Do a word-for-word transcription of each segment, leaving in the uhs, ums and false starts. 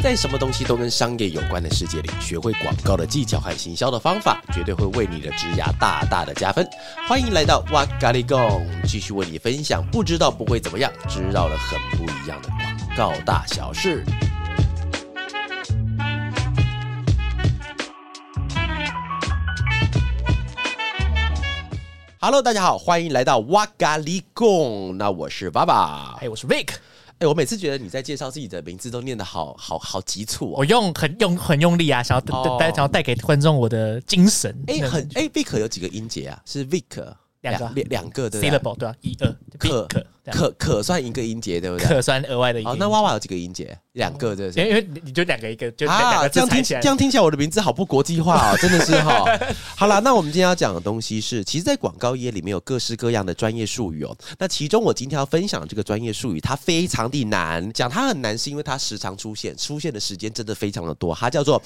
在什么东西都跟商业有关的世界里，学会广告的技巧和行销的方法，绝对会为你的职涯大大的加分。欢迎来到哇咖哩贡，继续为你分享不知道不会怎么样，知道了很不一样的广告大小事。Hello， 大家好，欢迎来到哇咖哩贡。那我是爸爸， 哎，我是 Vic。 哎，我每次觉得你在介绍自己的名字都念得好好好急促哦。 我用很用很用力啊，想要带、哦、想要带给观众我的精神。 哎，很哎 ，Vic 有几个音节啊？是 Vic 两个两个对 syllable 对吧？一二可可可算一个音节对不对？ 可算额外的一个音节。 哦，那娃娃有几个音节？两个对不对？ 因为你就两个一个，就两个字踩起来。 这样听起来我的名字好不国际化哦，真的是哈。好啦，那我们今天要讲的东西是，其实，在广告业里面有各式各样的专业术语哦。那其中我今天要分享的这个专业术语，它非常的难。讲它很难，是因为它时常出现，出现的时间真的非常的多。它叫做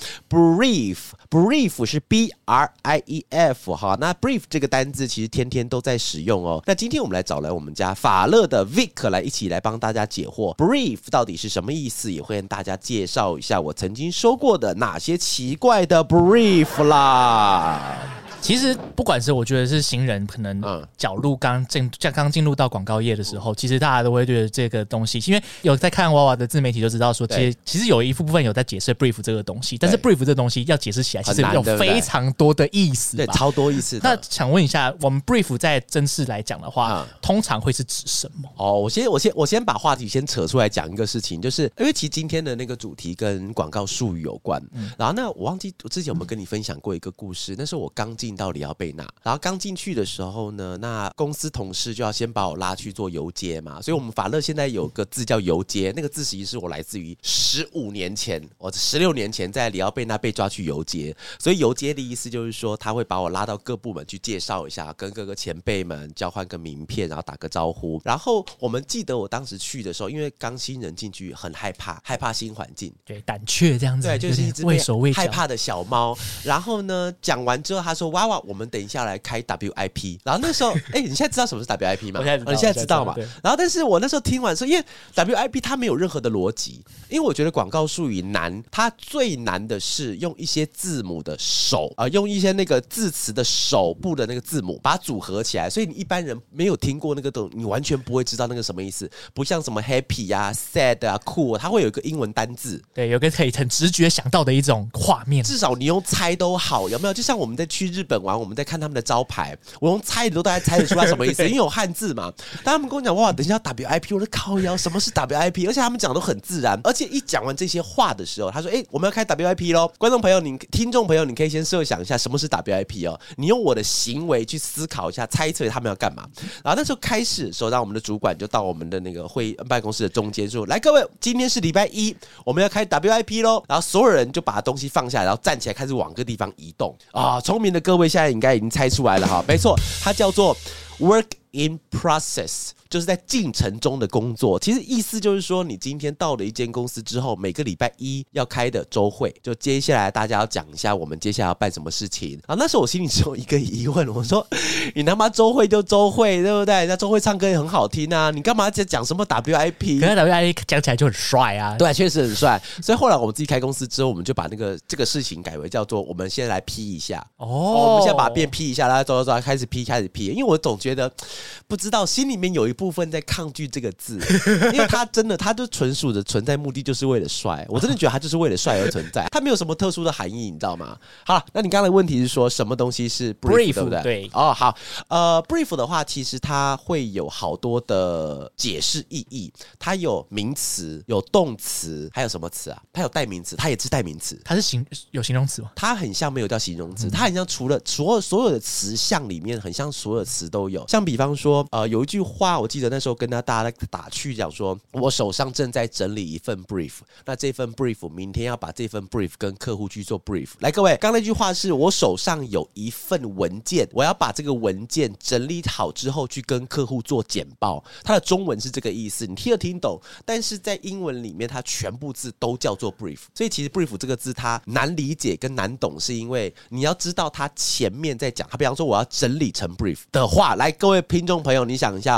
brief，brief 是 B R I E F 哈。那 brief 这个单字其实天天都在使用哦。那今天我们来找来我们家法乐的 Vic 来一起来帮大家解惑 brief 到底是什么意思，也会跟大家介绍一下我曾经收过的哪些奇怪的 brief 啦。 其实不管是我觉得是新人可能角入刚进刚进入到广告业的时候，其实大家都会觉得这个东西，因为有在看娃娃的自媒体就知道说，其实其实有一部分有在解释 brief 这个东西，但是 brief 这个东西要解释起来，其实有非常多的意思， 对，超多意思的。 那想问一下，我们 brief 在正式来讲的话，嗯、通常会是指什么？ 哦，我先我先我先把话题先扯出来讲一个事情，就是因为其实今天的那个主题跟广告术语有关，嗯、然后呢，我忘记我之前有没有跟你分享过一个故事，那是我刚进到里奥贝纳。然后刚进去的时候呢，那公司同事就要先把我拉去做游街嘛，所以我们法乐现在有个字叫游街，那个字其实是我来自于十五年前，我十六年前在里奥贝纳被抓去游街，所以游街的意思就是说他会把我拉到各部门去介绍一下，跟各个前辈们交换个名片，然后打个招呼。然后我们记得我当时去的时候，因为刚新人进去很害怕，害怕新环境， 对，胆怯这样子， 对，就是一只畏手畏脚害怕的小猫。然后呢，讲完之后他说：“娃娃，我们等一下来开 W I P。”然后那时候，哎、欸，你现在知道什么是 W I P 吗？ 我现在知道， 哦、你现在知道嘛？然后，但是我那时候听完说，因为 W I P 它没有任何的逻辑，因为我觉得广告术语难，它最难的是用一些字母的首啊、呃，用一些那个字词的首部的那个字母把它组合起来，所以你一般人没有听过那个东，你完全不会知道那个什么意思。不像什么 happy 啊、sad 啊、cool， 它会有一个英文单字， 对，有个可以很直觉想到的一种画面， 至少你用猜都好，有没有？就像我们在去日本玩，我们在看他们的招牌，我用猜的都大概猜得出来什么意思，因为有汉字嘛。当他们跟我讲哇，等一下 W I P， 我的靠腰，什么是 W I P？ 而且他们讲都很自然，而且一讲完这些话的时候，他说：“哎、欸，我们要开 W I P 咯。”观众朋友，你听众朋友，你可以先设想一下什么是 W I P 哦。你用我的行为去思考一下，猜测他们要干嘛。然后那时候开始的时候，让我们的主管就到我们的那个会议办公室的中间说：“来，各位，今天是礼拜一，我们要开 W I P 咯。”然后所有人就把东西放下来，然后站起来开始往个地方移动啊。聪明的各位现在应该已经猜出来了哈，没错，它叫做 work in process， 就是在进程中的工作。其实意思就是说，你今天到了一间公司之后，每个礼拜一要开的周会，就接下来大家要讲一下我们接下来要办什么事情。然后那时候我心里只有一个疑问，我说你他妈周会就周会，对不对？那周会唱歌也很好听啊，你干嘛讲什么 W I P？ 可是 W I P 讲起来就很帅啊。 对，确实很帅。所以后来我们自己开公司之后，我们就把那个这个事情改为叫做我们先来 P 一下。哦，我们现在把它变 P 一下，大家走走走，开始 P， 开始 P。因为我总觉得不知道，心里面有一部分在抗拒这个字，因为它真的，它就纯属的存在目的就是为了帅。我真的觉得它就是为了帅而存在，它没有什么特殊的含义，你知道吗？好了，那你刚才的问题是说什么东西是 brief， 对不对？ 对。 哦，好，呃 ，brief 的话，其实它会有好多的解释意义，它有名词，有动词，还有什么词啊？它有代名词，它也是代名词。 它是形有形容词吗？ 它很像没有叫形容词，它很像除了所有所有的词项里面，很像所有的词都有。像比方说，呃，有一句话，我记得那时候跟大家打趣讲说，我手上正在整理一份 brief， 那这份 brief 明天要把这份 brief 跟客户去做 brief。来，各位，刚那句话是我手上有一份文件，我要把这个文件整理好之后去跟客户做简报。它的中文是这个意思，你听得听懂，但是在英文里面，它全部字都叫做 brief。所以其实 brief 这个字它难理解跟难懂，是因为你要知道它前面在讲，它比方说我要整理成 brief 的话，来，各位听众朋友，你想一下，你内心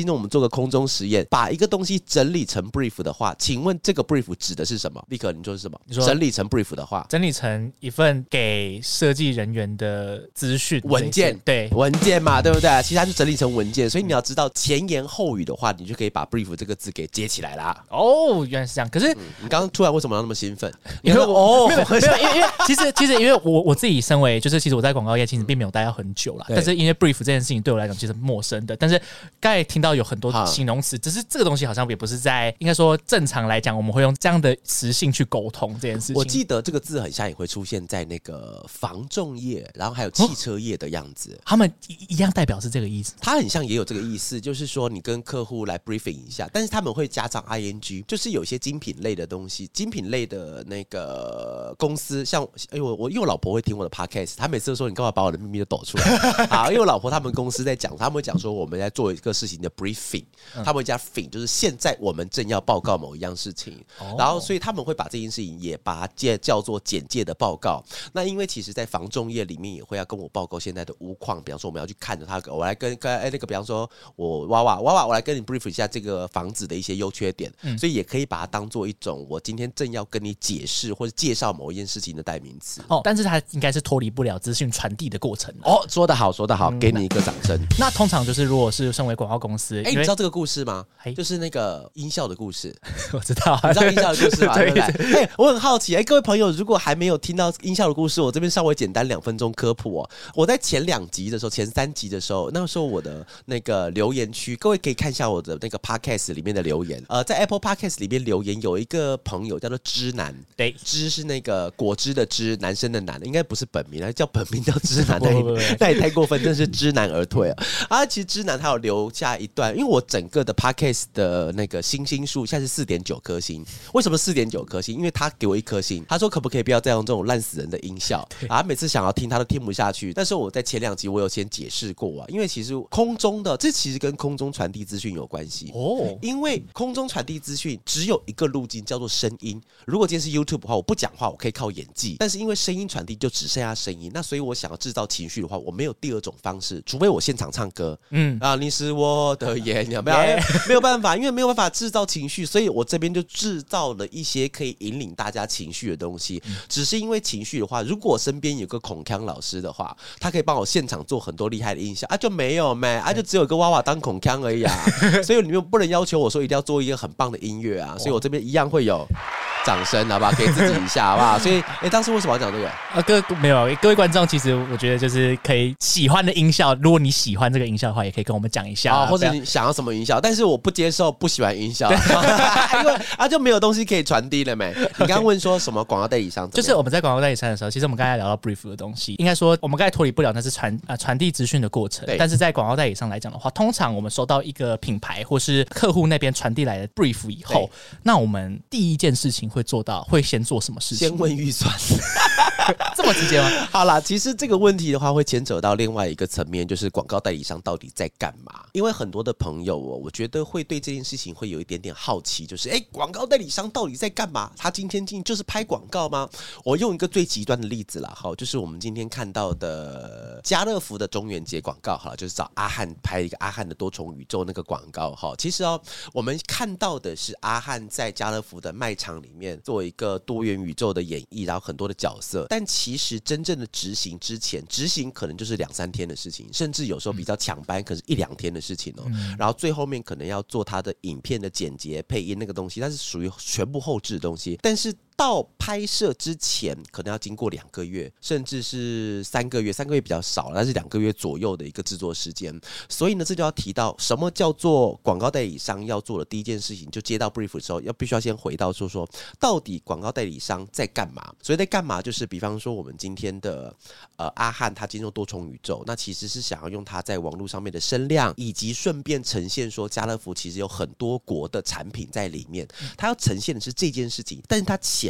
听众我们做个空中实验，把一个东西整理成 brief 的话，请问这个 brief 指的是什么？立刻你说是什么？你说整理成 brief 的话， 整理成一份给设计人员的资讯文件， 对， 文件嘛，对不对？其实它就整理成文件，所以你要知道前言后语的话，你就可以把 brief 这个字给接起来啦。 哦，原来是这样。可是、嗯、 你刚刚突然为什么要那么兴奋？ 因为我哦，没有，没有，因为因为其实其实因为我我自己身为就是其实我在广告业其实并没有待到很久啦，但是因为 brief 这件事情对我来讲其实陌生的，但是刚才听到有很多形容词，只是这个东西好像也不是在应该说正常来讲我们会用这样的词性去沟通这件事情。 我记得这个字很像也会出现在那个房仲业，然后还有汽车业的样子，哦、 他们一样代表是这个意思。 它很像也有这个意思，就是说你跟客户来 briefing 一下，但是他们会加上 ing， 就是有些精品类的东西，精品类的那个公司，像哎我我因为我老婆会听我的 podcast， 她每次都说你干嘛把我的秘密都抖出来？好，因为我老婆他们公司在讲，他们会讲说我们在做一个事情的 briefing，、嗯、他们会加 fin， 就是现在我们正要报告某一样事情，哦、然后所以他们会把这件事情也把它叫做简介的报告。那因为其实，在房仲业里面也会要跟我报告现在的屋况，比方说我们要去看着它，我来跟跟哎那个，比方说我娃娃娃娃，我来跟你 brief 一下这个房子的一些优缺点，嗯、所以也可以把它当做一种我今天正要跟你解释或者介绍某一件事情的代名词。 哦，但是它应该是脱离不了资讯传递的过程。 哦，说得好，说得好，嗯、给你一个掌声。 那通常就是如果是身为广告公司， 哎，你知道这个故事吗？就是那个音效的故事。 我知道， 你知道音效的故事吗？对不对？哎，我很好奇，哎，各位朋友，如果还没有听到音效的故事，我这边稍微简单两分钟科普哦。我在前两集的时候，前三集的时候，那个时候我的那个留言区，各位可以看一下我的那个 podcast 里面的留言。呃，在 Apple Podcast 里面留言有一个朋友叫做芝男，对，芝是那个果汁的芝，男生的男，应该不是本名，他叫本名叫芝男，那也那也太过分，真的是知难而退啊！啊，其实芝男他有留下一段，因为我整个的 podcast 的那个星星数现在是四点九颗星，为什么四点九颗星？因为他给我一颗星，他说可不可以不要再用这种烂死人的音效啊？每次想要听他都听不下去。但是我在前两集我有先解释过啊，因为其实空中的这其实跟空中传递资讯有关系哦，因为空中传递资讯只有一个路径叫做声音。如果今天是 YouTube 的话，我不讲话，我可以靠演技，但是因为声音传递就只剩下声音，那所以我想要制造情绪的话，我没有第二种方式，除非我现场唱歌，嗯啊，你是我的眼，有没有？ Yeah. 没有办法，因为没有办法制造情绪，所以我这边就制造了一些可以引领大家情绪的东西。嗯、只是因为情绪的话，如果身边有个孔锵老师的话，他可以帮我现场做很多厉害的音效啊，就没有咩啊，就只有一个娃娃当孔锵而已啊，所以你们不能要求我说一定要做一个很棒的音乐啊，所以我这边一样会有。掌声好不好？给自己一下好不好？所以，哎、欸，当时为什么要讲这个？ 啊，各没有各位观众，其实我觉得就是可以喜欢的音效，如果你喜欢这个音效的话，也可以跟我们讲一下、啊， 或者你想要什么音效。但是我不接受不喜欢音效，因为啊就没有东西可以传递了没？你刚刚问说什么广告代理商？ 就是我们在广告代理商的时候，其实我们刚才聊到 brief 的东西，应该说我们刚才脱离不了那是传啊传递资讯的过程。但是在广告代理商来讲的话，通常我们收到一个品牌或是客户那边传递来的 brief 以后，那我们第一件事情会做到会。先做什么事情？ 先问预算， 这么直接吗？ 好啦，其实这个问题的话，会牵扯到另外一个层面，就是广告代理商到底在干嘛？因为很多的朋友哦，我觉得会对这件事情会有一点点好奇，就是哎，广告代理商到底在干嘛？他今天进就是拍广告吗？我用一个最极端的例子啦，好，就是我们今天看到的家乐福的中元节广告，好了，就是找阿汉拍一个阿汉的多重宇宙那个广告，哈，其实哦，我们看到的是阿汉在家乐福的卖场里面做一个多元宇宙的演绎，然后很多的角色，但其实真正的执行之前，执行可能就是两三天的事情，甚至有时候比较抢班，可能是一两天的事情哦。嗯、然后最后面可能要做他的影片的剪辑、配音那个东西，它是属于全部后制的东西，但是。到拍摄之前可能要经过两个月甚至是三个月，三个月比较少，但是两个月左右的一个制作时间。所以呢，这就要提到什么叫做广告代理商要做的第一件事情，就接到 brief 的时候要必须要先回到说说到底广告代理商在干嘛。所以在干嘛就是比方说我们今天的呃阿汉他进入多重宇宙，那其实是想要用他在网络上面的声量，以及顺便呈现说家乐福其实有很多国的产品在里面，他要呈现的是这件事情，但是他前面因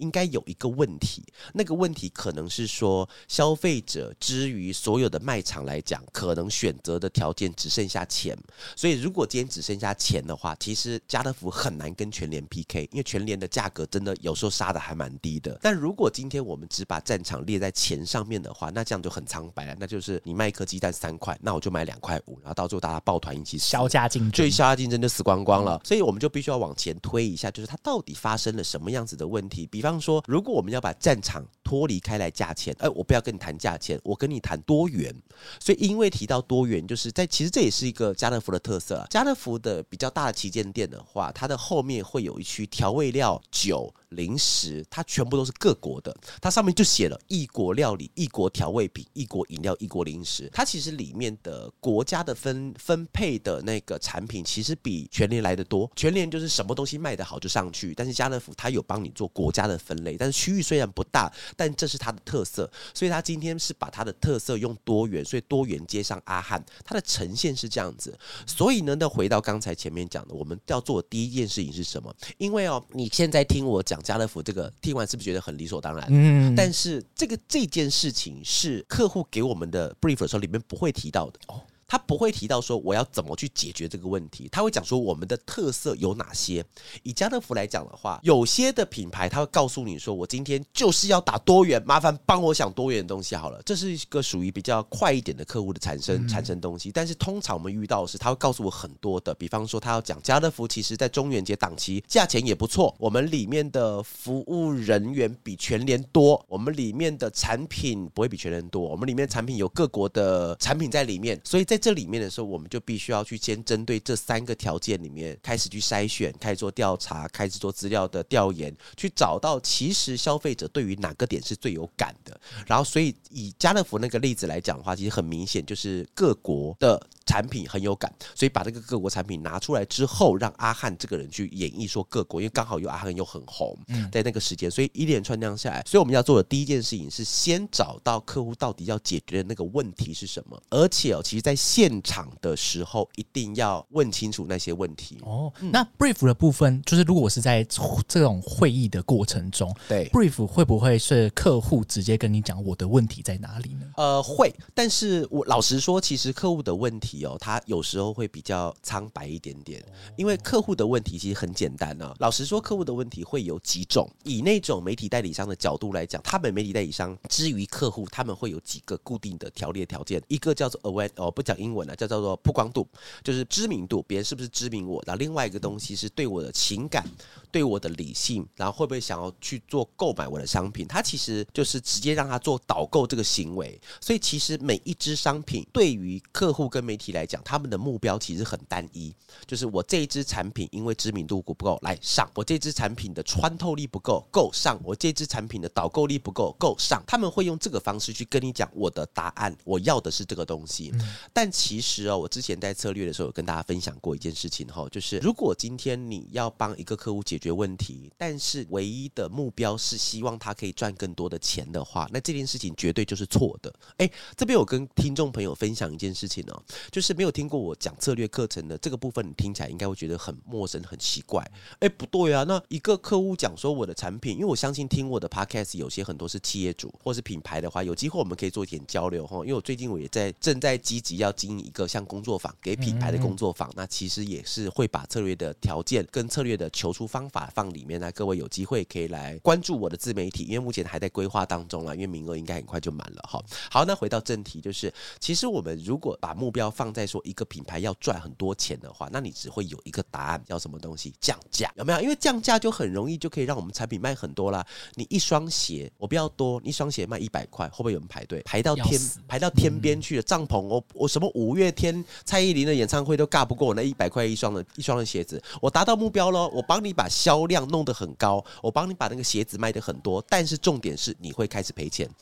应该有一个问题，那个问题可能是说消费者之于所有的卖场来讲，可能选择的条件只剩下钱，所以如果今天只剩下钱的话，其实家乐福很难跟全联 P K， 因为全联的价格真的有时候杀的还蛮低的。但如果今天我们只把战场列在钱上面的话，那这样就很苍白了，那就是你卖一颗鸡蛋三块，那我就买两块五，然后到最后大家抱团一起死， 削价竞争， 就削价竞争就死光光了。所以我们就必须要往前推一下，就是它到底发生了什么样子的问题。比方说，如果我们要把战场脱离开来价钱，哎，我不要跟你谈价钱，我跟你谈多元。所以因为提到多元，就是在其实这也是一个家乐福的特色。家乐福的比较大的旗舰店的话，它的后面会有一区调味料、酒、零食，它全部都是各国的，它上面就写了异国料理、异国调味品、异国饮料、异国零食。它其实里面的国家的分分配的那个产品，其实比全联来的多。全联就是什么东西卖得好就上去，但是家乐福它有帮你做国家的分类，但是区域虽然不大，但这是它的特色，所以它今天是把它的特色用多元，所以多元接上阿汉，它的呈现是这样子。所以呢，那回到刚才前面讲的，我们要做的第一件事情是什么？因为哦，你现在听我讲家乐福这个，听完是不是觉得很理所当然？嗯，但是这个这件事情是客户给我们的 brief 的时候，里面不会提到的哦。他不会提到说我要怎么去解决这个问题，他会讲说我们的特色有哪些。以家乐福来讲的话，有些的品牌他会告诉你说我今天就是要打多元，麻烦帮我想多元的东西好了，这是一个属于比较快一点的客户的产生产生东西。但是通常我们遇到的是他会告诉我很多的，比方说他要讲家乐福其实在中元节档期价钱也不错，我们里面的服务人员比全联多，我们里面的产品不会比全联多，我们里面的产品有各国的产品在里面，所以在这里面的时候，我们就必须要去先针对这三个条件里面开始去筛选，开始做调查，开始做资料的调研，去找到其实消费者对于哪个点是最有感的。然后，所以以家乐福那个例子来讲的话，其实很明显就是各国的产品很有感，所以把这个各国产品拿出来之后，让阿汉这个人去演绎说各国，因为刚好有阿汉又很红，在那个时间，所以一连串那样下来，所以我们要做的第一件事情是先找到客户到底要解决的那个问题是什么，而且哦，其实在现场的时候一定要问清楚那些问题。 哦，嗯、那 brief 的部分，就是如果我是在这种会议的过程中， 对 brief 会不会是客户直接跟你讲我的问题在哪里呢？ 呃，会，但是我老实说，其实客户的问题哦，他有时候会比较苍白一点点，因为客户的问题其实很简单啊。老实说，客户的问题会有几种。以那种媒体代理商的角度来讲，他们媒体代理商之于客户，他们会有几个固定的条列条件，一个叫做 aware， 哦，不讲英文了，叫叫做曝光度，就是知名度，别人是不是知名我。然后另外一个东西是对我的情感，对我的理性，然后会不会想要去做购买我的商品，它其实就是直接让他做导购这个行为。所以其实每一支商品对于客户跟媒体来讲，他们的目标其实很单一，就是我这一支产品因为知名度不够来上，我这支产品的穿透力不够够上，我这支产品的导购力不够够上，他们会用这个方式去跟你讲我的答案，我要的是这个东西。嗯、但其实哦，我之前在策略的时候有跟大家分享过一件事情哈，就是如果今天你要帮一个客户解决问题，但是唯一的目标是希望他可以赚更多的钱的话，那这件事情绝对就是错的。哎，这边我跟听众朋友分享一件事情哦，就是没有听过我讲策略课程的这个部分，你听起来应该会觉得很陌生、很奇怪。哎，不对啊，那一个客户讲说我的产品，因为我相信听我的 podcast 有些很多是企业主或是品牌的话，有机会我们可以做一点交流哈。因为我最近我也在正在积极要经营一个像工作坊给品牌的工作坊，嗯嗯，那其实也是会把策略的条件跟策略的求出方法放里面，那各位有机会可以来关注我的自媒体，因为目前还在规划当中啦，因为名额应该很快就满了哈。好，那回到正题，就是其实我们如果把目标放在说一个品牌要赚很多钱的话，那你只会有一个答案，叫什么东西？降价，有没有？因为降价就很容易就可以让我们产品卖很多啦。你一双鞋，我不要多，一双鞋卖一百块，会不会有人排队？排到天，排到天边去了。帐篷，我我什么五月天、蔡依林的演唱会都尬不过我那一百块一双的一双的鞋子。我达到目标了，我帮你把销量弄得很高，我帮你把那个鞋子卖得很多，但是重点是你会开始赔钱。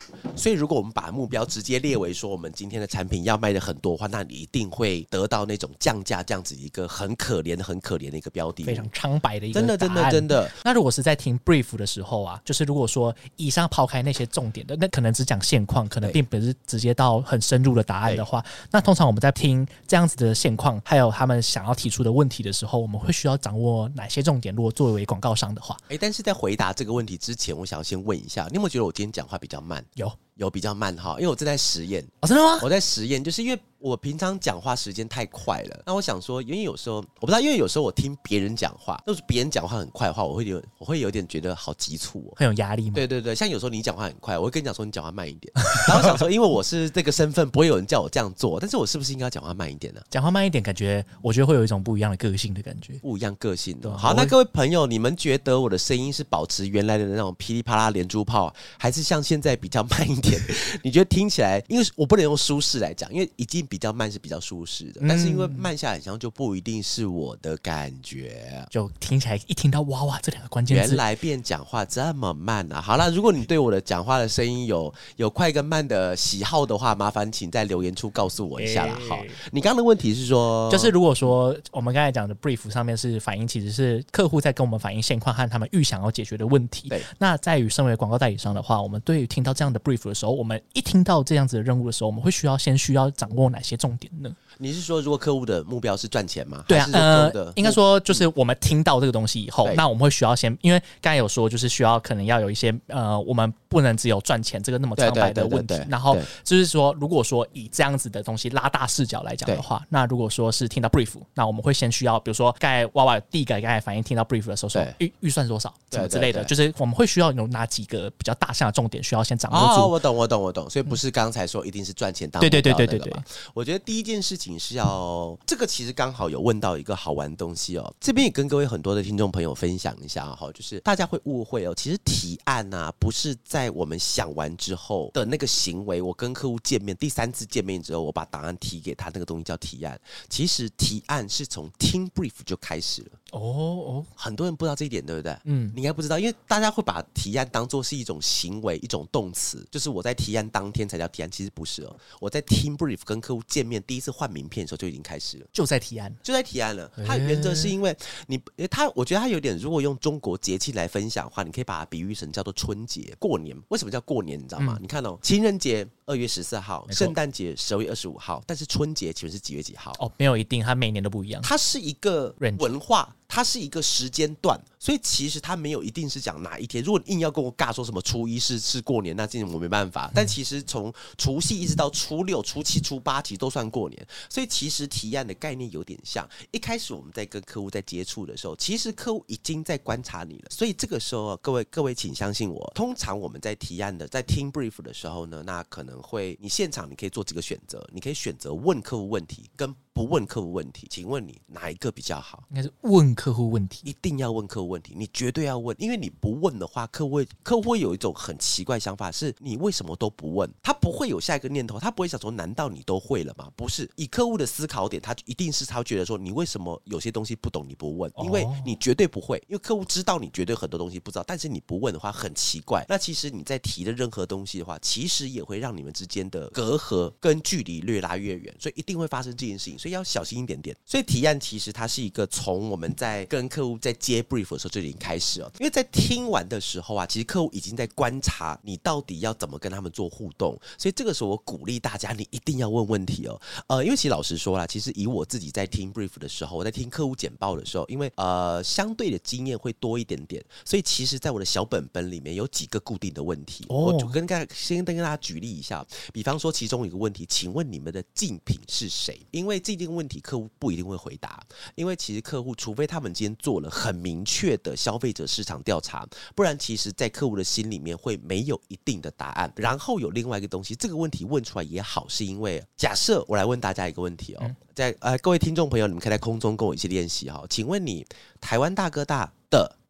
所以如果我们把目标直接列为说我们今天的产品要卖的很多的话，那你一定会得到那种降价这样子一个很可怜很可怜的一个标的， 非常苍白的一个真的真的真的。 那如果是在听 brief 的时候啊，就是如果说以上抛开那些重点的，那可能只讲现况，可能并不是直接到很深入的答案的话，那通常我们在听这样子的现况还有他们想要提出的问题的时候，我们会需要掌握哪些重点？如果作为广告商的话， 哎，但是在回答这个问题之前，我想先问一下，你有没有觉得我今天讲话比较慢？ 有有比较慢哈，因为我正在实验。 哦，真的吗？ 我在实验，就是因为我平常讲话时间太快了。那我想说，因为有时候我不知道，因为有时候我听别人讲话，就是别人讲话很快的话，我会有我会有点觉得好急促哦， 很有压力吗？ 对对对，像有时候你讲话很快，我会跟你讲说你讲话慢一点。然后我想说，因为我是这个身份，不会有人叫我这样做，但是我是不是应该讲话慢一点呢？ 讲话慢一点，感觉我觉得会有一种不一样的个性的感觉， 不一样个性的。好，那各位朋友，你们觉得我的声音是保持原来的那种噼里啪啦连珠炮，还是像现在比较慢一点？你觉得听起来，因为我不能用舒适来讲，因为已经比较慢是比较舒适的，但是因为慢下来，好像就不一定是我的感觉， 就听起来一听到哇哇这两个关键字， 原来变讲话这么慢啊！好了，如果你对我的讲话的声音有有快跟慢的喜好的话，麻烦请在留言处告诉我一下啦。好，你刚刚的问题是说， 就是如果说我们刚才讲的 brief 上面是反映，其实是客户在跟我们反映现况和他们预想要解决的问题。 对， 那在于身为广告代理商的话，我们对于听到这样的 brief 的时候，我们一听到这样子的任务的时候，我们会需要先需要掌握哪些重点呢？ 你是说，如果客户的目标是赚钱吗？ 对啊，呃，应该说就是我们听到这个东西以后，那我们会需要先，因为刚才有说，就是需要可能要有一些呃，我们不能只有赚钱这个那么苍白的问题。对对对对对，然后就是说，如果说以这样子的东西拉大视角来讲的话，那如果说是听到 brief， 那我们会先需要，比如说刚才娃娃第一个刚才反应听到 brief 的时候说预预算多少，什么之类的，就是我们会需要有哪几个比较大项的重点需要先掌握住。 哦，我懂，我懂，我懂。所以不是刚才说一定是赚钱当目标的那个嘛？对对对对对对。我觉得第一件事情是要，这个其实刚好有问到一个好玩的东西哦。这边也跟各位很多的听众朋友分享一下哈，就是大家会误会哦，其实提案啊不是在我们想完之后的那个行为，我跟客户见面第三次见面之后，我把答案提给他，那个东西叫提案。其实提案是从听 brief 就开始了。哦哦，很多人不知道这一点，对不对？嗯，你应该不知道，因为大家会把提案当作是一种行为，一种动词，就是我在提案当天才叫提案，其实不是哦。我在听 brief 跟客户见面第一次换名片的时候就已经开始了， 就在提案， 就在提案了。它原则是因为你，它我觉得它有点，如果用中国节气来分享的话，你可以把它比喻成叫做春节、过年。为什么叫过年？你知道吗？嗯、你看哦，情人节二月十四号，圣诞节十二月二十五号，但是春节请问是几月几号？ 哦，没有一定，它每年都不一样。 它是一个文化。它是一个时间段，所以其实它没有一定是讲哪一天。如果你硬要跟我尬说什么初一是是过年，那这我没办法。但其实从除夕一直到初六、初七、初八，其实都算过年。所以其实提案的概念有点像。一开始我们在跟客户在接触的时候，其实客户已经在观察你了。所以这个时候，各位各位请相信我，通常我们在提案的在听 brief 的时候呢，那可能会你现场你可以做几个选择，你可以选择问客户问题跟不问客户问题。请问你哪一个比较好？ 应该是问客户问题， 一定要问客户问题，你绝对要问，因为你不问的话，客户会客户会有一种很奇怪想法，是你为什么都不问？他不会有下一个念头，他不会想说，难道你都会了吗？不是，以客户的思考点，他一定是他觉得说，你为什么有些东西不懂你不问？因为你绝对不会，因为客户知道你绝对很多东西不知道，但是你不问的话很奇怪。那其实你在提的任何东西的话，其实也会让你们之间的隔阂跟距离越拉越远，所以一定会发生这件事情，所以要小心一点点。所以提案其实它是一个从我们在跟客户在接 brief 的时候就已经开始了，因为在听完的时候啊，其实客户已经在观察你到底要怎么跟他们做互动，所以这个时候我鼓励大家，你一定要问问题哦。呃，因为其实老实说啦，其实以我自己在听 brief 的时候，我在听客户简报的时候，因为呃相对的经验会多一点点，所以其实在我的小本本里面有几个固定的问题，哦、我就跟大家先跟大家举例一下，比方说其中一个问题，请问你们的竞品是谁？因为这件问题客户不一定会回答，因为其实客户除非他们今天做了很明确的消费者市场调查，不然其实在客户的心里面会没有一定的答案。然后有另外一个东西，这个问题问出来也好，是因为假设我来问大家一个问题哦，嗯、在呃各位听众朋友，你们可以在空中跟我一起练习哈。请问你台湾大哥大的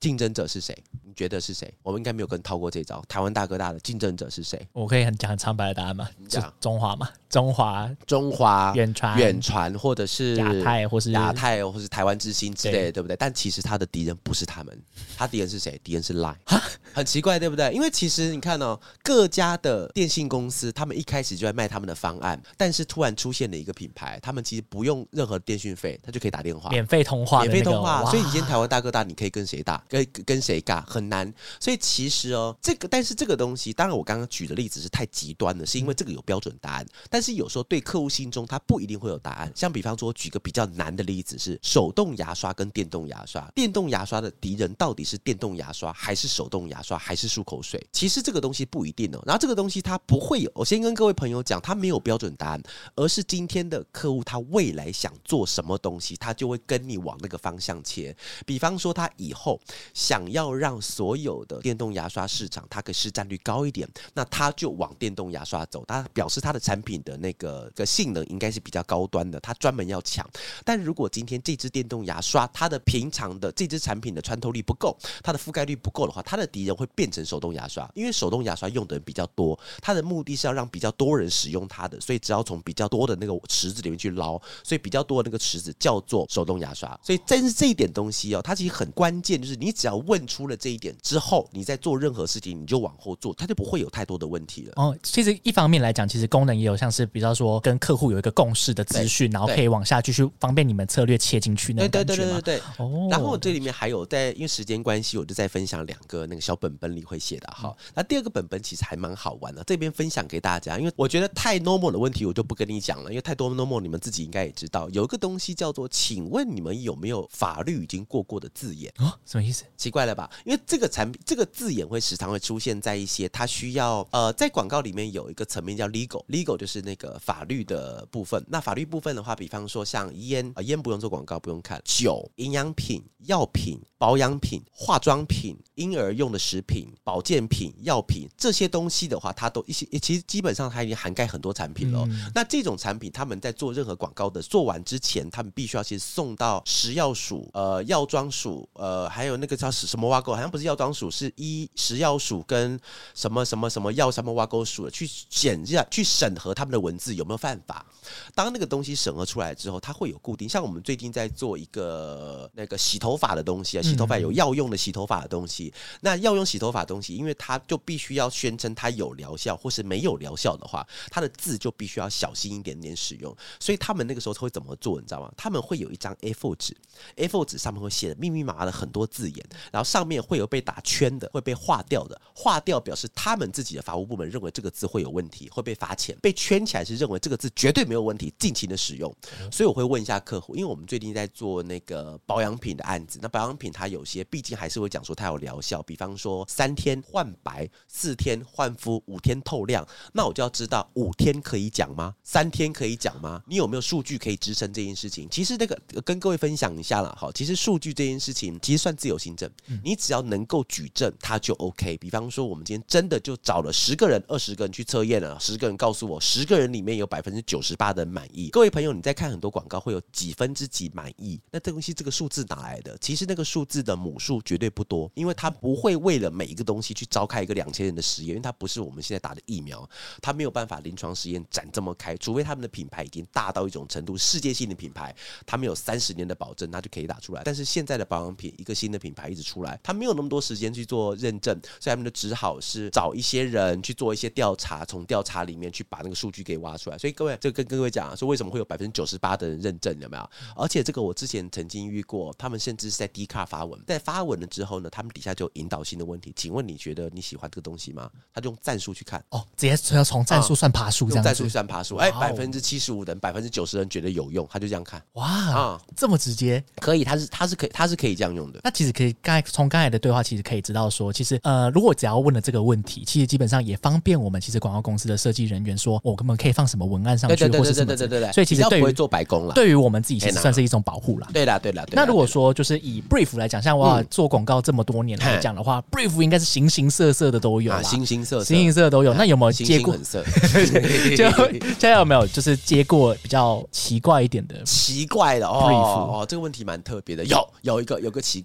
竞争者是谁？你觉得是谁？我们应该没有跟套过这招。台湾大哥大的竞争者是谁？ 我可以很讲很苍白的答案吗？是中华嘛？中华、 中华、 远传、 远传，或者是亚太，或是亚太，或是台湾之星之类的， 对, 对不对？但其实他的敌人不是他们，他敌人是谁？敌人是 Line， 很奇怪，对不对？因为其实你看哦，各家的电信公司，他们一开始就在卖他们的方案，但是突然出现了一个品牌，他们其实不用任何电讯费，他就可以打电话， 免费通话、那個， 免费通话。所以你今天台湾大哥大，你可以跟谁打？跟跟谁尬？很难。所以其实哦，这个但是这个东西，当然我刚刚举的例子是太极端了，是因为这个有标准答案，但是有时候对客户心中他不一定会有答案。像比方说，举个比较难的例子是手动牙刷跟电动牙刷，电动牙刷的敌人到底是电动牙刷还是手动牙刷还是漱口水？其实这个东西不一定哦。然后这个东西它不会有，我先跟各位朋友讲，它没有标准答案，而是今天的客户他未来想做什么东西，他就会跟你往那个方向切。比方说，他以后想要让所有的电动牙刷市场它可以市占率高一点，那他就往电动牙刷走，他表示他的产品的那个个性能应该是比较高端的，他专门要抢。但如果今天这支电动牙刷它的平常的这支产品的穿透力不够，它的覆盖率不够的话，它的敌人会变成手动牙刷，因为手动牙刷用的人比较多，它的目的是要让比较多人使用它的，所以只要从比较多的那个池子里面去捞，所以比较多的那个池子叫做手动牙刷。所以但是这一点东西哦，它其实很关键，就是你只要问出了这一点之后，你在做任何事情你就往后做，它就不会有太多的问题了。 哦，其实一方面来讲，其实功能也有像是比较说跟客户有一个共识的资讯，然后可以往下继续方便你们策略切进去那种感觉嘛。对对对对对对。哦。然后这里面还有在因为时间关系，我就再分享两个那个小本本里会写的哈。那、嗯、第二个本本其实还蛮好玩的，这边分享给大家，因为我觉得太 normal 的问题我就不跟你讲了，因为太多 normal 你们自己应该也知道，有一个东西叫做，请问你们有没有法律已经过过的字眼？哦，什么意思？奇怪了吧？因为这个产品这个字眼会时常会出现在一些它需要呃在广告里面有一个层面叫 legal legal 就是那个法律的部分。那法律部分的话，比方说像烟呃烟不用做广告，不用看，酒、营养品、药品、保养品、化妆品、婴儿用的食品、保健品、药品这些东西的话，它都一些其实基本上它已经涵盖很多产品了、哦嗯。那这种产品他们在做任何广告的做完之前，他们必须要先送到食药署、呃药妆署、呃还有那个叫什么挖沟，好像不是药妆署，是医食药署跟什么什么什么药什么挖沟署去检下去审核他们的文字有没有犯法。当那个东西审核出来之后，它会有固定，像我们最近在做一个那个洗头发的东西啊，洗头发有药用的洗头发的东西。嗯、那药用洗头发的东西，因为它就必须要宣称它有疗效，或是没有疗效的话，它的字就必须要小心一点点使用。所以他们那个时候会怎么做，你知道吗？他们会有一张 A 四 纸 ，A 四 纸上面会写的密密麻麻的很多字眼，然后上面会有被打圈的，会被划掉的，划掉表示他们自己的法务部门认为这个字会有问题，会被罚钱；被圈起来是认为这个字绝对没有问题，尽情的使用。所以我会问一下客户，因为我们最近在做那个保养品的案子，那保养品它有些毕竟还是会讲说它有疗效，比方说三天换白，四天换肤，五天透亮，那我就要知道五天可以讲吗？三天可以讲吗？你有没有数据可以支撑这件事情？其实那个跟各位分享一下啦，好，其实数据这件事情其实算自由行政，你只要能够举证，它就 OK。比方说我们今天真的就找了十个人、二十个人去测验了，十个人告诉我，十个人里面有百分之九十八的人满意。各位朋友，你在看很多广告会有几分之几满意，那这东西这个数字哪来的？其实那个数字的母数绝对不多，因为它不会为了每一个东西去召开一个两千人的实验，因为它不是我们现在打的疫苗，它没有办法临床实验展这么开，除非他们的品牌已经大到一种程度，世界性的品牌，他们有三十年的保证，那就可以打出来。但是现在的保养品，一个新的品牌一直出来，他没有那么多时间去做认证，所以他们就只好是找一些人去做一些调查，从调查里面去把那个数据给挖出来。所以各位，这个跟各位讲、啊、说为什么会有百分之九十八的人认证，有没有？而且这个我之前曾经遇过，他们甚至是在 D 卡发文，在发文了之后呢，他们底下就有引导性的问题，请问你觉得你喜欢这个东西吗？他就用战术去看，哦，直接要从战术算爬数这样子，用战术算爬数，哎，百分之七十五的人，百分之九十人觉得有用，他就这样看，哇，啊、嗯，这么直接，可以，他是他是可以他是可以这样用的。那其实可以，刚才从刚才的对话，其实可以知道说，其实呃，如果只要问了这个问题，其实基本上也方便我们其实广告公司的设计人员说，我根本可以放什么文案上去，或是什么，对对对对对，所以其实对于不会做白工了，对于我们自己其实算是一种保护啦。对啦对啦。那如果说就是以 brief 来讲，像我做广告这么多年来讲的话、嗯、brief 应该是形形色色的都有啦，形形色色，形形色色都有。那有没有接过？形形很色。就现在有没有就是接过比较奇怪一点的？奇怪的哦哦，这个问题蛮特别的。有有一个有个奇怪的哦，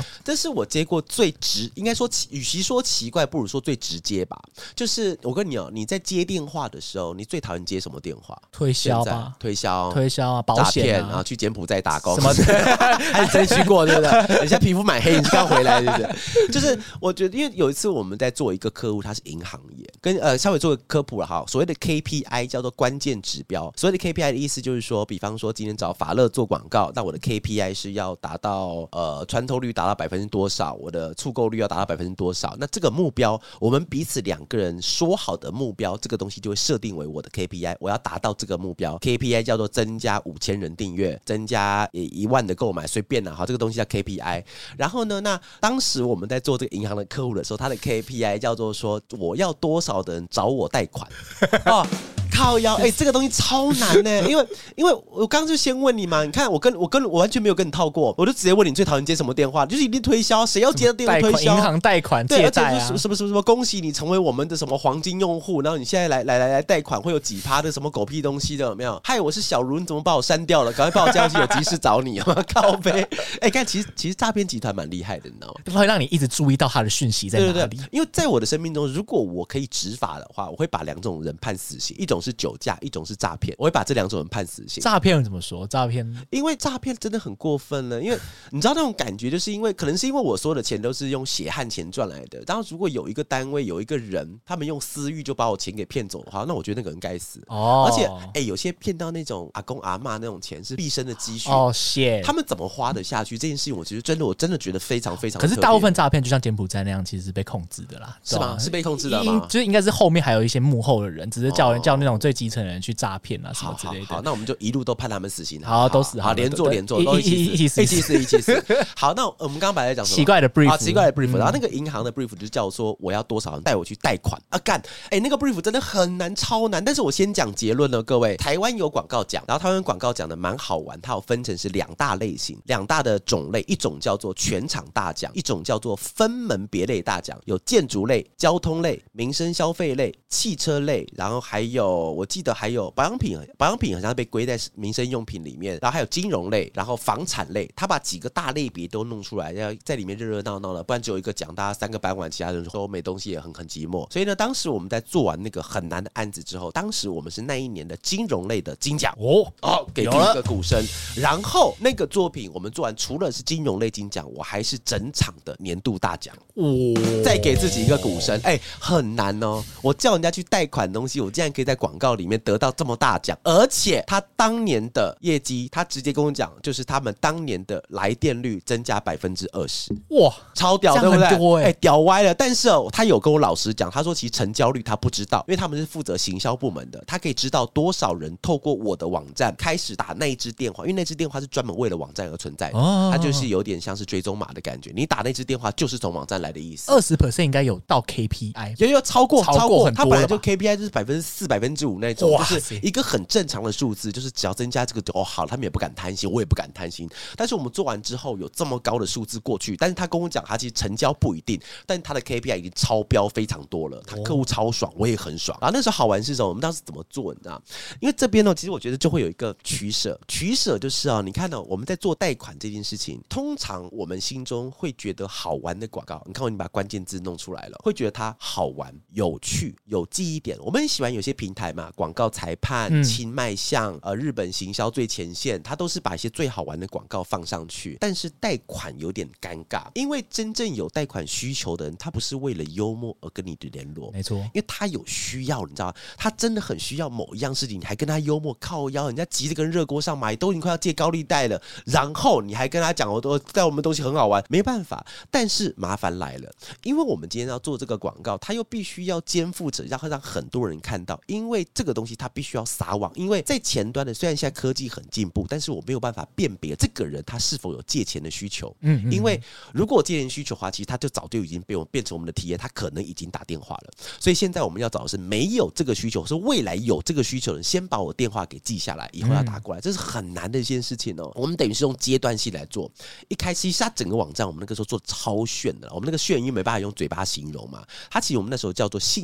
这是我接过最直，应该说与其说奇怪，不如说最直接吧。就是我跟你哦，你在接电话的时候，你最讨厌接什么电话？ 推销吧， 推销、 推销啊，保险啊， 然后去柬埔寨打工什么的， 还是真去过，对不对？人家皮肤蛮黑，你是刚回来，对不对？就是我觉得，因为有一次我们在做一个客户，他是银行业，跟呃稍微做个科普了哈。所谓的 K P I 叫做关键指标，所谓的 K P I 的意思就是说，比方说今天找法乐做广告，那我的 K P I 是要达到呃穿透率达到百分之多少，我的触购率要达到百分之多少，那这个目标我们彼此两个人说好的目标，这个东西就会设定为我的 K P I， 我要达到这个目标 ，K P I 叫做增加五千人订阅，增加一万的购买，随便啦，好，这个东西叫 K P I。然后呢，那当时我们在做这个银行的客户的时候，他的 K P I 叫做说我要多少的人找我贷款哦。靠腰，哎、欸，这个东西超难呢、欸，因为因为我刚刚就先问你嘛，你看我跟我跟我完全没有跟你套过，我就直接问你最讨厌接什么电话，就是一定推销，谁要接的电话推销？ 银行贷款借贷啊， 什么什么什么什么，恭喜你成为我们的什么黄金用户，然后你现在来来来来贷款会有几趴的什么狗屁东西的有没有？嗨，我是小茹，你怎么把我删掉了？赶快把我加进去，有急事找你啊！靠北，哎、欸，看其实其实诈骗集团蛮厉害的，你知道吗？ 会让你一直注意到他的讯息在哪里。 对对对，因为在我的生命中，如果我可以执法的话，我会把两种人判死刑，一种是酒驾，一种是诈骗，我会把这两种人判死刑。 诈骗怎么说？诈骗， 因为诈骗真的很过分了。因为你知道那种感觉，就是因为可能是因为我所有的钱都是用血汗钱赚来的。然后如果有一个单位有一个人，他们用私欲就把我钱给骗走的话，那我觉得那个人该死。哦，而且哎、欸，有些骗到那种阿公阿嬷那种钱是毕生的积蓄哦，谢、oh, 他们怎么花得下去？这件事情，我其实真的我真的觉得非常非常。 可是大部分诈骗就像柬埔寨那样，其实是被控制的啦， 是吗？是被控制的吗？ 就是应该是后面还有一些幕后的人，只是叫人、哦、叫那种最基层的人去诈骗啊什么之类的。 好，好，那我们就一路都判他们死刑。 好，都死， 好，连坐连坐，都一起死，一起死，一起死。好，那我们刚刚本来在讲什么？ 奇怪的 brief， 啊，奇怪的 brief、嗯。然后那个银行的 brief 就叫说我要多少人带我去贷款啊？干，哎、欸，那个 brief 真的很难，超难。但是我先讲结论了，各位，台湾有广告奖，然后台湾广告奖的蛮好玩，它有分成是两大类型，两大的种类，一种叫做全场大奖，一种叫做分门别类大奖，有建筑类、交通类、民生消费类、汽车类，然后还有我记得还有保养品，保养品好像被归在民生用品里面，然后还有金融类，然后房产类，他把几个大类别都弄出来，要在里面热热闹闹的，不然只有一个奖，大家三个颁完，其他人说没东西也很很寂寞。所以呢，当时我们在做完那个很难的案子之后，当时我们是那一年的金融类的金奖哦，哦，给第一个鼓声。然后那个作品我们做完，除了是金融类金奖，我还是整场的年度大奖哦，再给自己一个鼓声。哎、欸，很难哦，我叫人家去贷款东西，我竟然可以在广告里面得到这么大奖，而且他当年的业绩，他直接跟我讲，就是他们当年的来电率增加百分之二十，哇，超屌，对不对？哎、欸，屌歪了。但是哦，他有跟我老实讲，他说其实成交率他不知道，因为他们是负责行销部门的，他可以知道多少人透过我的网站开始打那一支电话，因为那支电话是专门为了网站而存在的，哦、它就是有点像是追踪码的感觉，你打那支电话就是从网站来的意思。 二十 percent 应该有到 K P I， 有有超过超过很多了吧， 他本来就 K P I 就是百分之四、百分之五那种，就是一个很正常的数字，就是只要增加这个就哦好，他们也不敢贪心，我也不敢贪心。但是我们做完之后有这么高的数字过去，但是他跟我讲，他其实成交不一定，但他的 K P I 已经超标非常多了，他客户超爽，我也很爽。然后那时候好玩是什么？我们当时怎么做？你知道？因为这边呢，其实我觉得就会有一个取舍，取舍就是啊，你看到、哦、我们在做贷款这件事情，通常我们心中会觉得好玩的广告，你看我你把关键字弄出来了，会觉得它好玩、有趣、有记忆点。我们很喜欢有些平台嘛，广告裁判、轻卖相、呃日本行销最前线，它都是把一些最好玩的广告放上去。但是贷款有点尴尬，因为真正有贷款需求的人，他不是为了幽默而跟你的联络， 没错， 因为他有需要，你知道吗？他真的很需要某一样事情，你还跟他幽默靠腰，人家急着跟热锅上蚂蚁，都已经快要借高利贷了，然后你还跟他讲，我都在我们东西很好玩，没办法。但是麻烦来了，因为我们今天要做这个广告，他又必须要肩负着要让很多人看到，因为这个东西他必须要撒网，因为在前端的虽然现在科技很进步，但是我没有办法辨别这个人他是否有借钱的需求。嗯嗯，因为如果借钱需求的话，其实他就早就已经被我变成我们的体验，他可能已经打电话了。所以现在我们要找的是没有这个需求，是未来有这个需求的人，先把我电话给记下来，以后要打过来，这是很难的一件事情哦。我们等于是用阶段性来做，一开始其实它整个网站我们那个时候做超炫的，我们那个炫因为没办法用嘴巴形容嘛，它其实我们那时候叫做幸福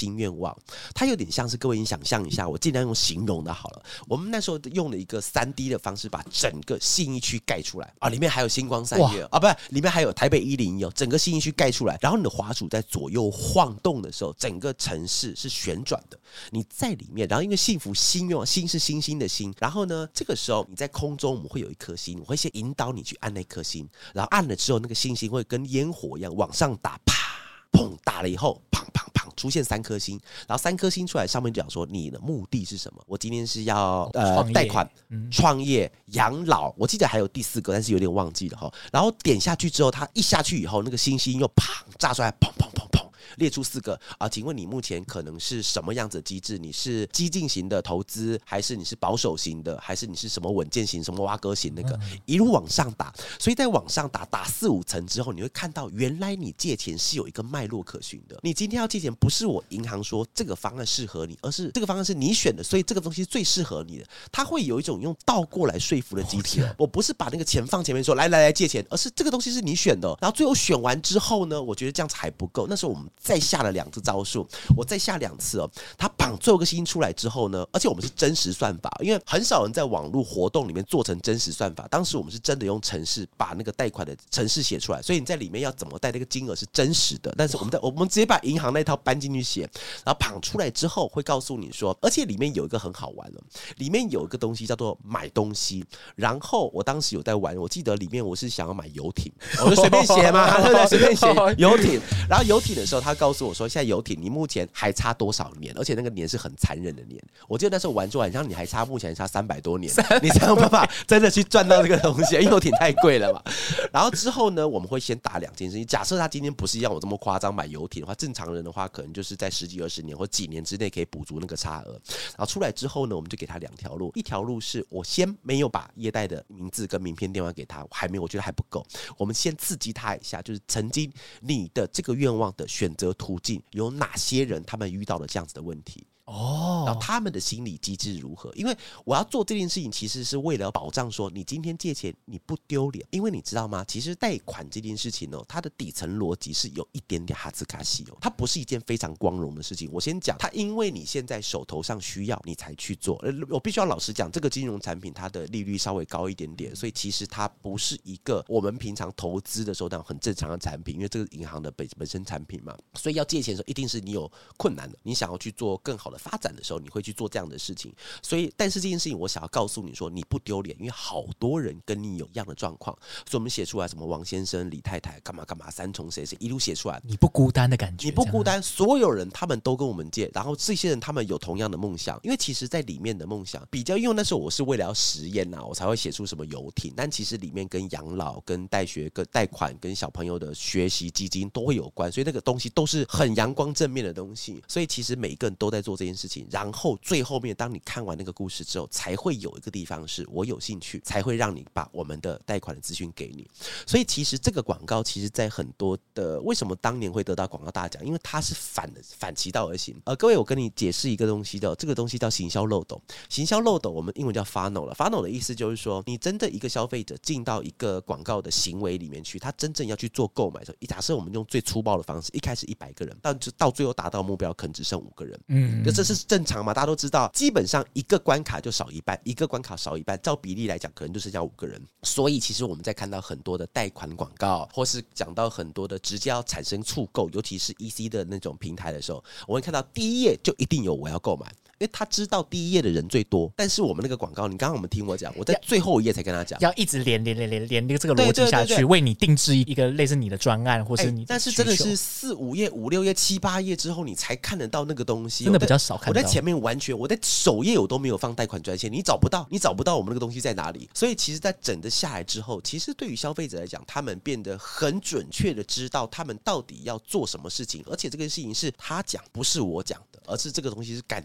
新愿望，它有点像是各位你想象一下，我尽量用形容的好了。我们那时候用了一个 三 D 的方式，把整个信义区盖出来啊，里面还有星光三月啊，不是，里面还有台北一零一哦，整个信义区盖出来。然后你的滑鼠在左右晃动的时候，整个城市是旋转的，你在里面。然后因为幸福新愿望，星是星星的星，然后呢，这个时候你在空中，我们会有一颗星，我会先引导你去按那颗星，然后按了之后，那个星星会跟烟火一样往上打，啪。砰打了以后，砰砰砰出现三颗星，然后三颗星出来，上面就讲说你的目的是什么？我今天是要呃贷款、创业、养老，我记得还有第四个，但是有点忘记了哈。然后点下去之后，它一下去以后，那个星星又砰炸出来，砰砰砰砰。列出四个啊，请问你目前可能是什么样子的机制？你是激进型的投资，还是你是保守型的，还是你是什么稳健型、什么挖哥型？那个一路往上打，所以在往上打打四五层之后，你会看到原来你借钱是有一个脉络可循的。你今天要借钱，不是我银行说这个方案适合你，而是这个方案是你选的，所以这个东西最适合你的。它会有一种用倒过来说服的机制。我不是把那个钱放前面说来来来借钱，而是这个东西是你选的。然后最后选完之后呢，我觉得这样子还不够。那时候我们再下了两次招数，我再下两次哦。他绑最后一个星出来之后呢，而且我们是真实算法，因为很少人在网络活动里面做成真实算法。当时我们是真的用程式把那个贷款的程式写出来，所以你在里面要怎么贷那个金额是真实的。但是我们在我们直接把银行那套搬进去写，然后绑出来之后会告诉你说，而且里面有一个很好玩的，里面有一个东西叫做买东西。然后我当时有在玩，我记得里面我是想要买游艇，我就随便写嘛，对不对？随便写游艇。然后游艇的时候，他告诉我说，现在游艇你目前还差多少年？而且那个年是很残忍的年。我记得那时候玩出来，像你还差目前还差三百多年，你才有办法真的去赚到这个东西，因为游艇太贵了嘛。然后之后呢，我们会先打两件事情。假设他今天不是像我这么夸张买游艇的话，正常人的话可能就是在十几二十年或几年之内可以补足那个差额。然后出来之后呢，我们就给他两条路，一条路是我先没有把业贷的名字跟名片电话给他，还没有，我觉得还不够。我们先刺激他一下，就是曾经你的这个愿望的选择途径有哪些人，他们遇到了这样子的问题。哦，然后他们的心理机制如何？因为我要做这件事情，其实是为了保障说，你今天借钱你不丢脸。因为你知道吗？其实贷款这件事情哦，它的底层逻辑是有一点点哈兹卡西哦，它不是一件非常光荣的事情。我先讲，它因为你现在手头上需要，你才去做。我必须要老实讲，这个金融产品它的利率稍微高一点点，所以其实它不是一个我们平常投资的时候那种很正常的产品，因为这个银行的本本身产品嘛，所以要借钱的时候一定是你有困难的，你想要去做更好的发展的时候，你会去做这样的事情。所以但是这件事情我想要告诉你说，你不丢脸，因为好多人跟你有一样的状况，所以我们写出来什么王先生李太太干嘛干嘛三重谁谁一路写出来， 你不孤单的感觉， 你不孤单，所有人他们都跟我们借，然后这些人他们有同样的梦想。因为其实在里面的梦想比较，因为那时候我是为了要实验啊，我才会写出什么游艇，但其实里面跟养老跟贷学跟贷款跟小朋友的学习基金都会有关，所以那个东西都是很阳光正面的东西。所以其实每一个人都在做这件事情，然后最后面当你看完那个故事之后，才会有一个地方是我有兴趣，才会让你把我们的贷款的资讯给你。所以其实这个广告其实在很多的，为什么当年会得到广告大奖，因为它是反的反其道而行。呃，各位我跟你解释一个东西的，这个东西叫行销漏斗。行销漏斗我们英文叫 funnel 了 funnel 的意思就是说，你真的一个消费者进到一个广告的行为里面去，他真正要去做购买的时候，假设我们用最粗暴的方式，一开始一百个人，但到最后达到目标可能只剩五个人，嗯，这是正常嘛？大家都知道，基本上一个关卡就少一半，一个关卡少一半，照比例来讲，可能就剩下五个人。所以其实我们在看到很多的贷款广告，或是讲到很多的直接要产生触购，尤其是 E C 的那种平台的时候，我会看到第一页就一定有我要购买。因为他知道第一页的人最多，但是我们那个广告，你刚刚我们听我讲，我在最后一页才跟他讲， 要一直连连连连连这个逻辑下去，对对对对，为你定制一个类似你的专案，或是你的、欸、 但是真的是四五页、五六页、七八页之后，你才看得到那个东西， 真的比较少看到。 我在前面完全，我在首页我都没有放贷款专线，你找不到，你找不到我们那个东西在哪里。所以其实，在整个下来之后，其实对于消费者来讲，他们变得很准确的知道他们到底要做什么事情，而且这个事情是他讲，不是我讲的，而是这个东西是感觉是为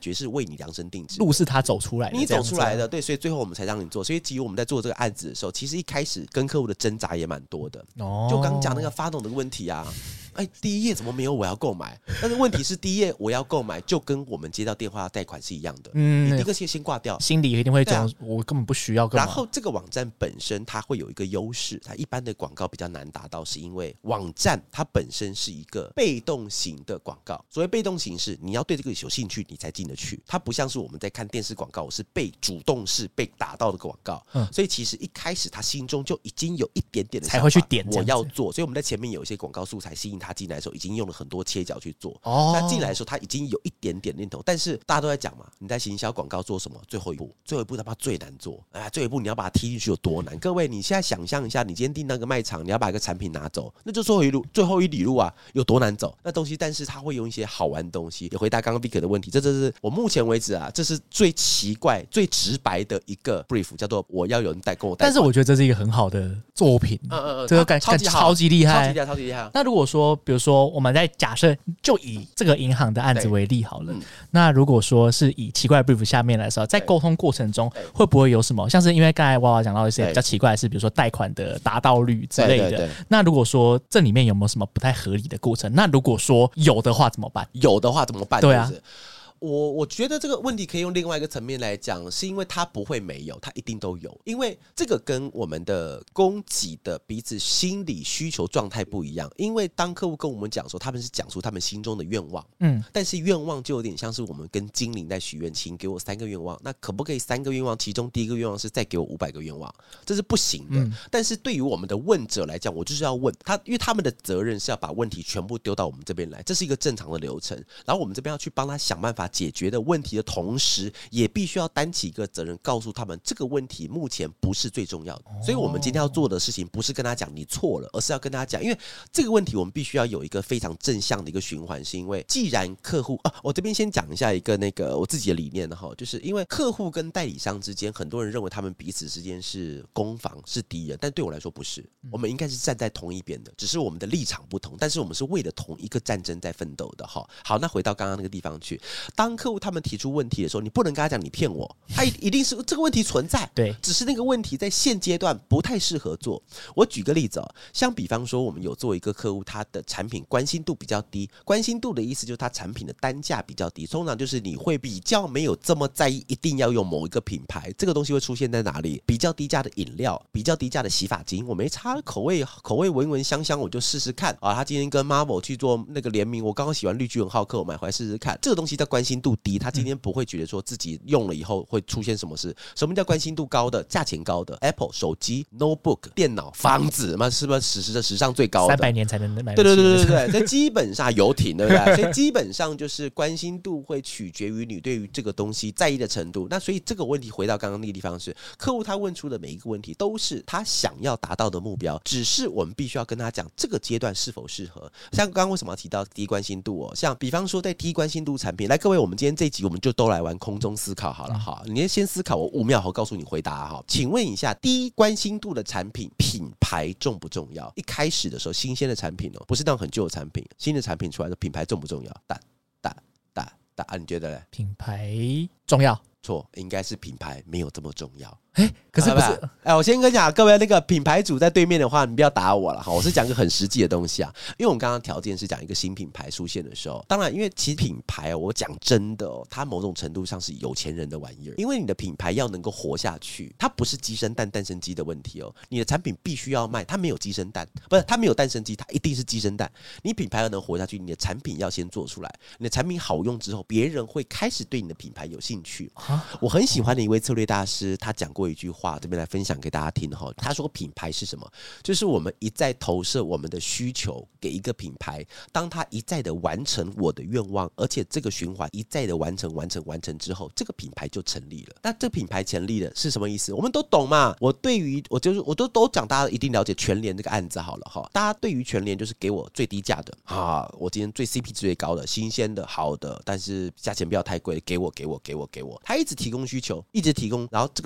你量身定制， 路是他走出来的， 你走出来的，对，所以最后我们才让你做。所以基于我们在做这个案子的时候，其实一开始跟客户的挣扎也蛮多的。哦，就刚刚讲那个发动的问题啊。哎，第一页怎么没有我要购买？但是问题是，第一页我要购买，就跟我们接到电话贷款是一样的。嗯，你第一个先先挂掉， 心里一定会讲、啊，我根本不需要。 然后这个网站本身它会有一个优势，它一般的广告比较难达到，是因为网站它本身是一个被动型的广告。所谓被动型是你要对这个有兴趣，你才进得去。它不像是我们在看电视广告，我是被主动式被打到的广告。嗯，所以其实一开始他心中就已经有一点点的才会去点我要做。所以我们在前面有一些广告素材吸引他进来的时候，已经用了很多切角去做。哦，那进来的时候他已经有一点点念头，但是大家都在讲嘛，你在行销广告做什么？最后一步，最后一步他妈最难做。哎，最后一步你要把它踢进去有多难？各位，你现在想象一下，你今天订那个卖场，你要把一个产品拿走，那就最后一路，最后一里路啊，有多难走？那东西，但是他会用一些好玩的东西，也回答刚刚 Vicker 的问题。这这是我目前为止啊，这是最奇怪、最直白的一个 brief， 叫做我要有人代跟我代。 但是我觉得这是一个很好的作品，嗯嗯嗯，这个感超级好， 超级厉害， 超级厉害，超级厉害。 那如果说，比如说我们在假设就以这个银行的案子为例好了，嗯、那如果说是以奇怪的 brief 下面来说，在沟通过程中会不会有什么，像是因为刚才娃娃讲到一些比较奇怪的是，比如说贷款的达到率之类的，对对对，那如果说这里面有没有什么不太合理的过程？那如果说有的话怎么办？ 有的话怎么办？ 对啊。 就是我我觉得这个问题可以用另外一个层面来讲，是因为它不会没有，它一定都有，因为这个跟我们的供给的彼此心理需求状态不一样。因为当客户跟我们讲说，他们是讲出他们心中的愿望，嗯，但是愿望就有点像是我们跟精灵在许愿，请给我三个愿望，那可不可以三个愿望，其中第一个愿望是再给我五百个愿望？这是不行的。嗯、但是对于我们的问者来讲，我就是要问他，因为他们的责任是要把问题全部丢到我们这边来，这是一个正常的流程。然后我们这边要去帮他想办法解决的问题的同时，也必须要担起一个责任，告诉他们这个问题目前不是最重要的。所以我们今天要做的事情不是跟他讲你错了，而是要跟他讲，因为这个问题我们必须要有一个非常正向的一个循环，是因为既然客户啊，我这边先讲一下一个那个我自己的理念哈，就是因为客户跟代理商之间，很多人认为他们彼此之间是攻防是敌人，但对我来说不是，我们应该是站在同一边的，只是我们的立场不同，但是我们是为了同一个战争在奋斗的哈。好，那回到刚刚那个地方去，当客户他们提出问题的时候，你不能跟他讲你骗我，他一定是这个问题存在，对，只是那个问题在现阶段不太适合做。我举个例子哦，像比方说我们有做一个客户，他的产品关心度比较低，关心度的意思就是他产品的单价比较低，通常就是你会比较没有这么在意一定要用某一个品牌，这个东西会出现在哪里？比较低价的饮料，比较低价的洗发精，我没差口味口味闻闻香香，我就试试看啊。他今天跟 Marvel 去做那个联名，我刚刚喜欢绿巨人浩克，我买回来试试看，这个东西叫关心度低，他今天不会觉得说自己用了以后会出现什么事。什么叫关心度高的？价钱高的 Apple 手机、notebook、电脑、房子，那是不是史实史上最高的？ 三百年才能买。 对对对对对，所以基本上游艇，对不对？所以基本上就是关心度会取决于你对于这个东西在意的程度。那所以这个问题回到刚刚那个地方是，客户他问出的每一个问题都是他想要达到的目标，只是我们必须要跟他讲这个阶段是否适合。像刚刚为什么要提到低关心度哦？像比方说在低关心度产品，来各位，我们今天这一集我们就都来玩空中思考好了哈。你先思考，我五秒后告诉你回答哈。请问一下，低关心度的产品品牌重不重要？一开始的时候，新鲜的产品哦，不是那种很旧的产品，新的产品出来的品牌重不重要？答答答答案，你觉得呢？ 品牌重要？ 错，应该是品牌没有这么重要。 哎，可是不是？ 哎，我先跟你讲，各位那个品牌主在对面的话，你不要打我了哈。我是讲一个很实际的东西啊，因为我们刚刚条件是讲一个新品牌出现的时候，当然，因为其实品牌、哦、我讲真的哦，它某种程度上是有钱人的玩意儿，因为你的品牌要能够活下去，它不是鸡生蛋蛋生鸡的问题哦。你的产品必须要卖，它没有鸡生蛋，不是它没有蛋生鸡，它一定是鸡生蛋。你品牌要能活下去，你的产品要先做出来，你的产品好用之后，别人会开始对你的品牌有兴趣。我很喜欢的一位策略大师，他讲过一句话，这边来分享给大家听哈。他说品牌是什么？就是我们一再投射我们的需求给一个品牌，当他一再的完成我的愿望，而且这个循环一再的完成完成完成之后，这个品牌就成立了。那这品牌成立了是什么意思？我们都懂嘛。我对于我就是我都都讲，大家一定了解全联这个案子好了哈。大家对于全联就是给我最低价的啊，我今天最 C P 值最高的、新鲜的、好的，但是价钱不要太贵，给我给我给我给我。他一直提供需求，一直提供，然后这个时候全联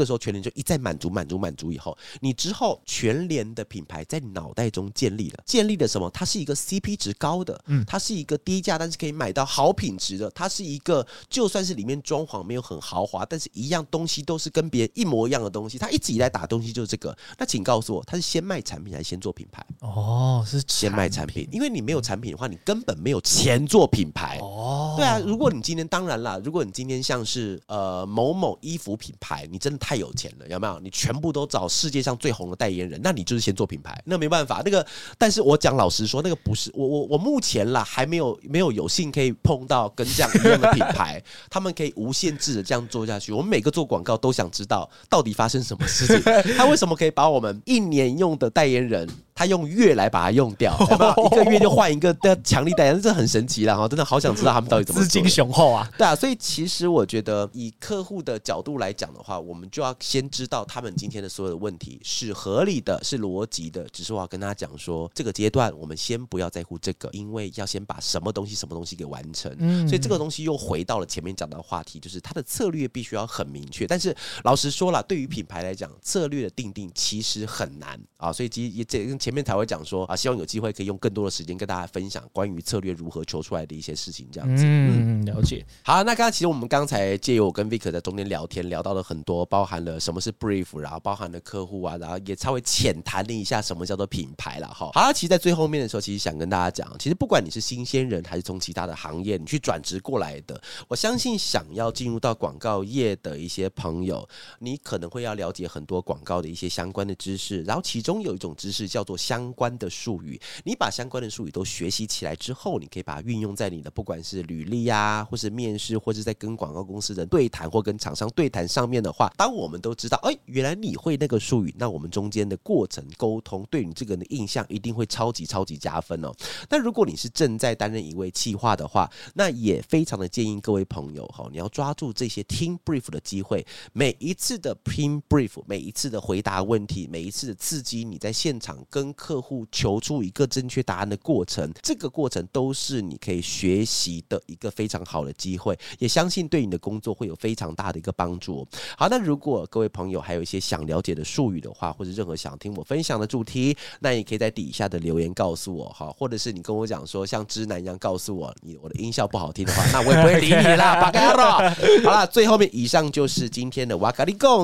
人就一再满足满足满足以后，你之后全联的品牌在脑袋中建立了，建立了什么？它是一个 C P 值高的，嗯，它是一个低价但是可以买到好品质的，它是一个就算是里面装潢没有很豪华，但是一样东西都是跟别人一模一样的东西，它一直以来打东西就是这个。那请告诉我，它是先卖产品还是先做品牌？ 哦，是先卖产品，因为你没有产品的话，你根本没有钱做品牌。哦，对啊，如果你今天当然啦，如果你今天像是呃某某衣服品牌，你真的太有钱了，有没有？你全部都找世界上最红的代言人，那你就是先做品牌，那没办法。那个，但是我讲老实说，那个不是我我我目前啦，还没有没有有幸可以碰到跟这样一样的品牌，他们可以无限制的这样做下去。我们每个做广告都想知道到底发生什么事情，他为什么可以把我们一年用的代言人，他用月来把它用掉，有没有？一个月就换一个的强力代言人，这很神奇啦！真的好想知道他们到底怎么做。 资金雄厚啊， 对啊，所以其实我觉得以客户的角度来讲的话，我们就要先知道他们今天的所有的问题是合理的，是逻辑的。只是我要跟他讲说，这个阶段我们先不要在乎这个，因为要先把什么东西什么东西给完成。嗯，所以这个东西又回到了前面讲到的话题，就是他的策略必须要很明确。但是老实说啦，对于品牌来讲，策略的定定其实很难啊，所以其实这前面才会讲说啊，希望有机会可以用更多的时间跟大家分享关于策略如何求出来的一些事情，这样子。 嗯，了解。 好，那刚刚其实我们刚才借由我跟 Vic 在中间聊天，聊到了很多，包含了什么是 brief， 然后包含了客户啊，然后也稍微浅谈了一下什么叫做品牌啦。好，其实在最后面的时候，其实想跟大家讲，其实不管你是新鲜人还是从其他的行业你去转职过来的，我相信想要进入到广告业的一些朋友，你可能会要了解很多广告的一些相关的知识，然后其中有一种知识叫做相关的术语，你把相关的术语都学习起来之后，你可以把它运用在你的不管是履历啊，或是面试，或是在跟广告公司的对谈或跟厂商对谈上面的话，当我们都知道哎，原来你会那个术语，那我们中间的过程沟通对你这个人的印象一定会超级超级加分哦。那如果你是正在担任一位企划的话，那也非常的建议各位朋友你要抓住这些听 brief 的机会，每一次的听 brief， 每一次的回答问题，每一次的刺激你在现场跟客户求出一个正确答案的过程，这个过程都是你可以学习的一个非常好的机会，也相信对你的工作会有非常大的一个帮助。好，那如果各位朋友还有一些想了解的术语的话，或者任何想听我分享的主题，那也可以在底下的留言告诉我，或者是你跟我讲说像知男一样告诉我你我的音效不好听的话，那我也不会理你啦。好啦，最后面以上就是今天的哇咖哩贡。